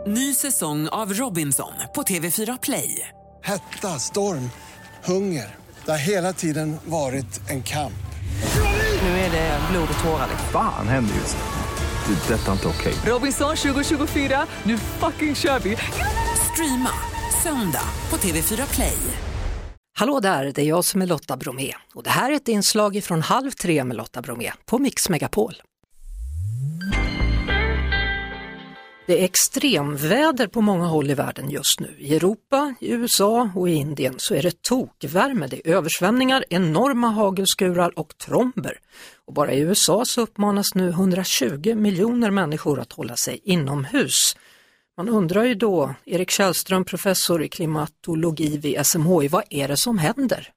Ny säsong av Robinson på TV4 Play. Hetta, storm, hunger. Det har hela tiden varit en kamp. Nu är det blod och tårar. Fan händer just nu. Det är detta inte okej. Robinson 2024, nu fucking kör vi. Streama söndag på TV4 Play. Hallå där, det är jag som är Lotta Bromé och det här är ett inslag från 2:30 med Lotta Bromé på Mix Megapol. Det är extremväder på många håll i världen just nu. I Europa, i USA och i Indien så är det tokvärme, det är översvämningar, enorma hagelskurar och tromber. Och bara i USA så uppmanas nu 120 miljoner människor att hålla sig inomhus. Man undrar ju då, Erik Källström, professor i klimatologi vid SMHI, vad är det som händer?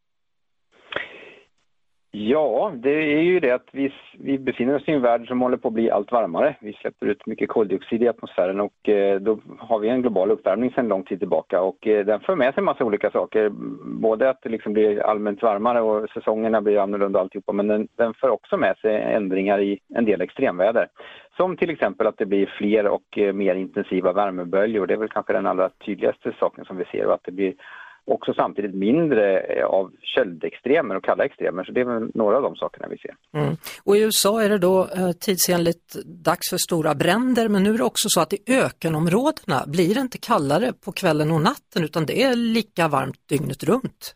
Ja, det är ju det att vi befinner oss i en värld som håller på att bli allt varmare. Vi släpper ut mycket koldioxid i atmosfären och då har vi en global uppvärmning sedan lång tid tillbaka. Och den för med sig en massa olika saker. Både att det liksom blir allmänt varmare och säsongerna blir annorlunda och alltihopa. Men den för också med sig ändringar i en del extremväder. Som till exempel att det blir fler och mer intensiva värmeböljor. Det är väl kanske den allra tydligaste saken som vi ser. Och att det blir också samtidigt mindre av köldextremer och kalla extremer. Så det är väl några av de sakerna vi ser. Mm. Och i USA är det då tidsenligt dags för stora bränder. Men nu är det också så att i ökenområdena blir det inte kallare på kvällen och natten utan det är lika varmt dygnet runt.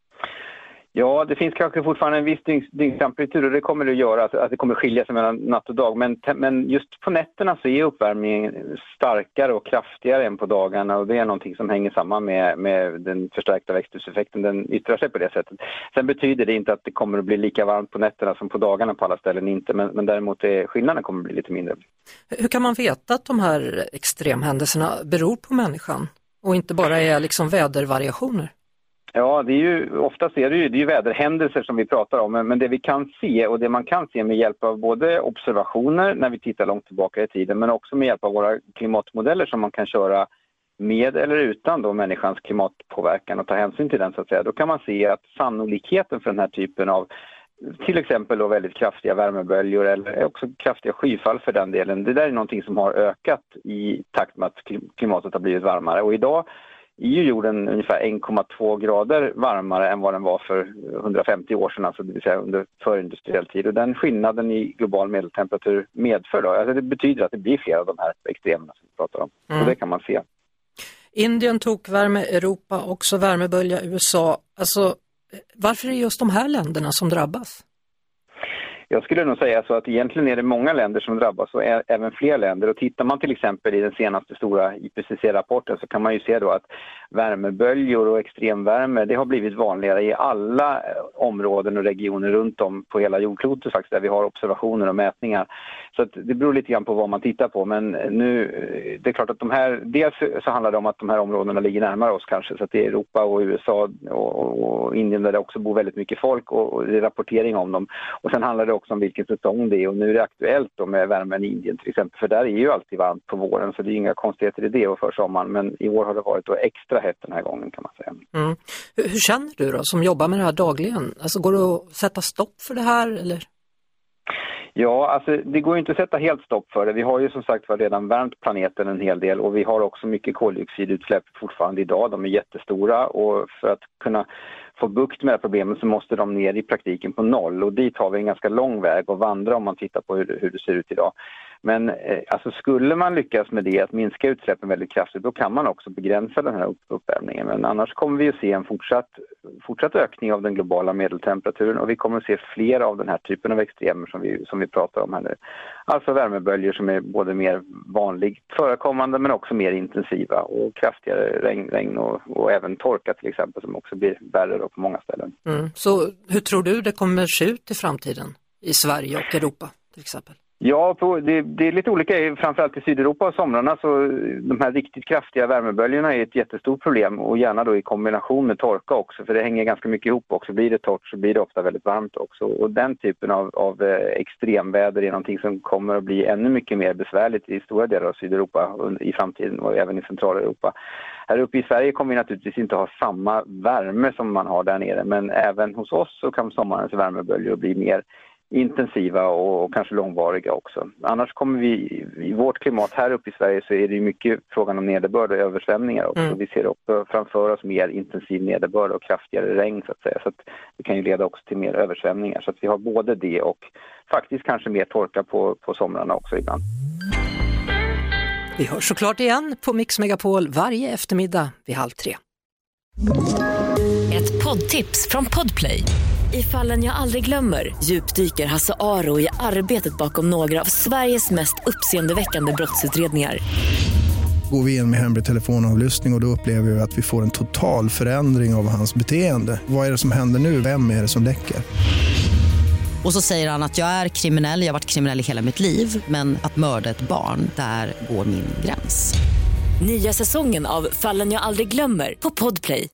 Ja, det finns kanske fortfarande en viss dygntemperatur och det kommer det att göra, att det kommer skilja sig mellan natt och dag. Men just på nätterna så är uppvärmningen starkare och kraftigare än på dagarna och det är någonting som hänger samman med den förstärkta växthuseffekten. Den yttrar sig på det sättet. Sen betyder det inte att det kommer att bli lika varmt på nätterna som på dagarna på alla ställen inte, men däremot skillnaden kommer att bli lite mindre. Hur kan man veta att de här extremhändelserna beror på människan och inte bara är liksom vädervariationer? Ja, det är ju oftast är det är ju väderhändelser som vi pratar om, men det vi kan se och det man kan se med hjälp av både observationer när vi tittar långt tillbaka i tiden men också med hjälp av våra klimatmodeller som man kan köra med eller utan då människans klimatpåverkan och ta hänsyn till den så att säga. Då kan man se att sannolikheten för den här typen av till exempel då väldigt kraftiga värmeböljor eller också kraftiga skyfall för den delen. Det där är någonting som har ökat i takt med att klimatet har blivit varmare och idag är ju jorden ungefär 1,2 grader varmare än vad den var för 150 år sedan, alltså det vill säga under förindustriell tid. Och den skillnaden i global medeltemperatur medför då, alltså det betyder att det blir fler av de här extremerna som vi pratar om. Och det kan man se. Indien, tokvärme, Europa, också värmebölja, USA. Alltså, varför är det just de här länderna som drabbas? Jag skulle nog säga så att egentligen är det många länder som drabbas och även fler länder. Och tittar man till exempel i den senaste stora IPCC-rapporten så kan man ju se då att värmeböljor och extremvärme det har blivit vanligare i alla områden och regioner runt om på hela jordklotet faktiskt där vi har observationer och mätningar. Så att det beror lite grann på vad man tittar på men nu det är klart att de här, dels så handlar det om att de här områdena ligger närmare oss kanske så att det är Europa och USA och Indien där det också bor väldigt mycket folk och det är rapportering om dem. Och sen handlar det också om vilken säsong det är och nu är det aktuellt då med värmen i Indien till exempel för där är ju alltid varmt på våren så det är inga konstigheter i det och för sommaren men i år har det varit då extra hett den här gången kan man säga. Mm. Hur känner du då som jobbar med det här dagligen? Alltså går det att sätta stopp för det här eller? Ja, alltså det går ju inte att sätta helt stopp för det. Vi har ju som sagt redan värmt planeten en hel del och vi har också mycket koldioxidutsläpp fortfarande idag. De är jättestora och för att kunna få bukt med det problemet så måste de ner i praktiken på noll och dit har vi en ganska lång väg att vandra om man tittar på hur det ser ut idag. Men alltså skulle man lyckas med det, att minska utsläppen väldigt kraftigt, då kan man också begränsa den här uppvärmningen. Men annars kommer vi att se en fortsatt ökning av den globala medeltemperaturen och vi kommer att se fler av den här typen av extremer som vi pratar om här nu. Alltså värmeböljor som är både mer vanligt förekommande men också mer intensiva och kraftigare regn och även torka till exempel som också blir värre då på många ställen. Mm. Så hur tror du det kommer se ut i framtiden i Sverige och Europa till exempel? Ja, det är lite olika, framförallt i Sydeuropa och somrarna så de här riktigt kraftiga värmeböljorna är ett jättestort problem och gärna då i kombination med torka också för det hänger ganska mycket ihop också. Blir det torrt så blir det ofta väldigt varmt också och den typen av extremväder är någonting som kommer att bli ännu mycket mer besvärligt i stora delar av Sydeuropa i framtiden och även i Centraleuropa. Här uppe i Sverige kommer vi naturligtvis inte ha samma värme som man har där nere men även hos oss så kan sommarens värmeböljor bli intensiva och kanske långvariga också. Annars kommer vi, i vårt klimat här uppe i Sverige så är det ju mycket frågan om nederbörd och översvämningar också. Vi ser också framför oss mer intensiv nederbörd och kraftigare regn så att säga. Så att det kan ju leda också till mer översvämningar. Så att vi har både det och faktiskt kanske mer torka på somrarna också ibland. Vi hörs såklart igen på Mix Megapol varje eftermiddag vid 14:30. Ett poddtips från Podplay. I Fallen jag aldrig glömmer djupdyker Hasse Aro i arbetet bakom några av Sveriges mest uppseendeväckande brottsutredningar. Går vi in med hemlig telefonavlyssning och då upplever vi att vi får en total förändring av hans beteende. Vad är det som händer nu? Vem är det som läcker? Och så säger han att jag är kriminell, jag har varit kriminell i hela mitt liv. Men att mörda ett barn, där går min gräns. Nya säsongen av Fallen jag aldrig glömmer på Podplay.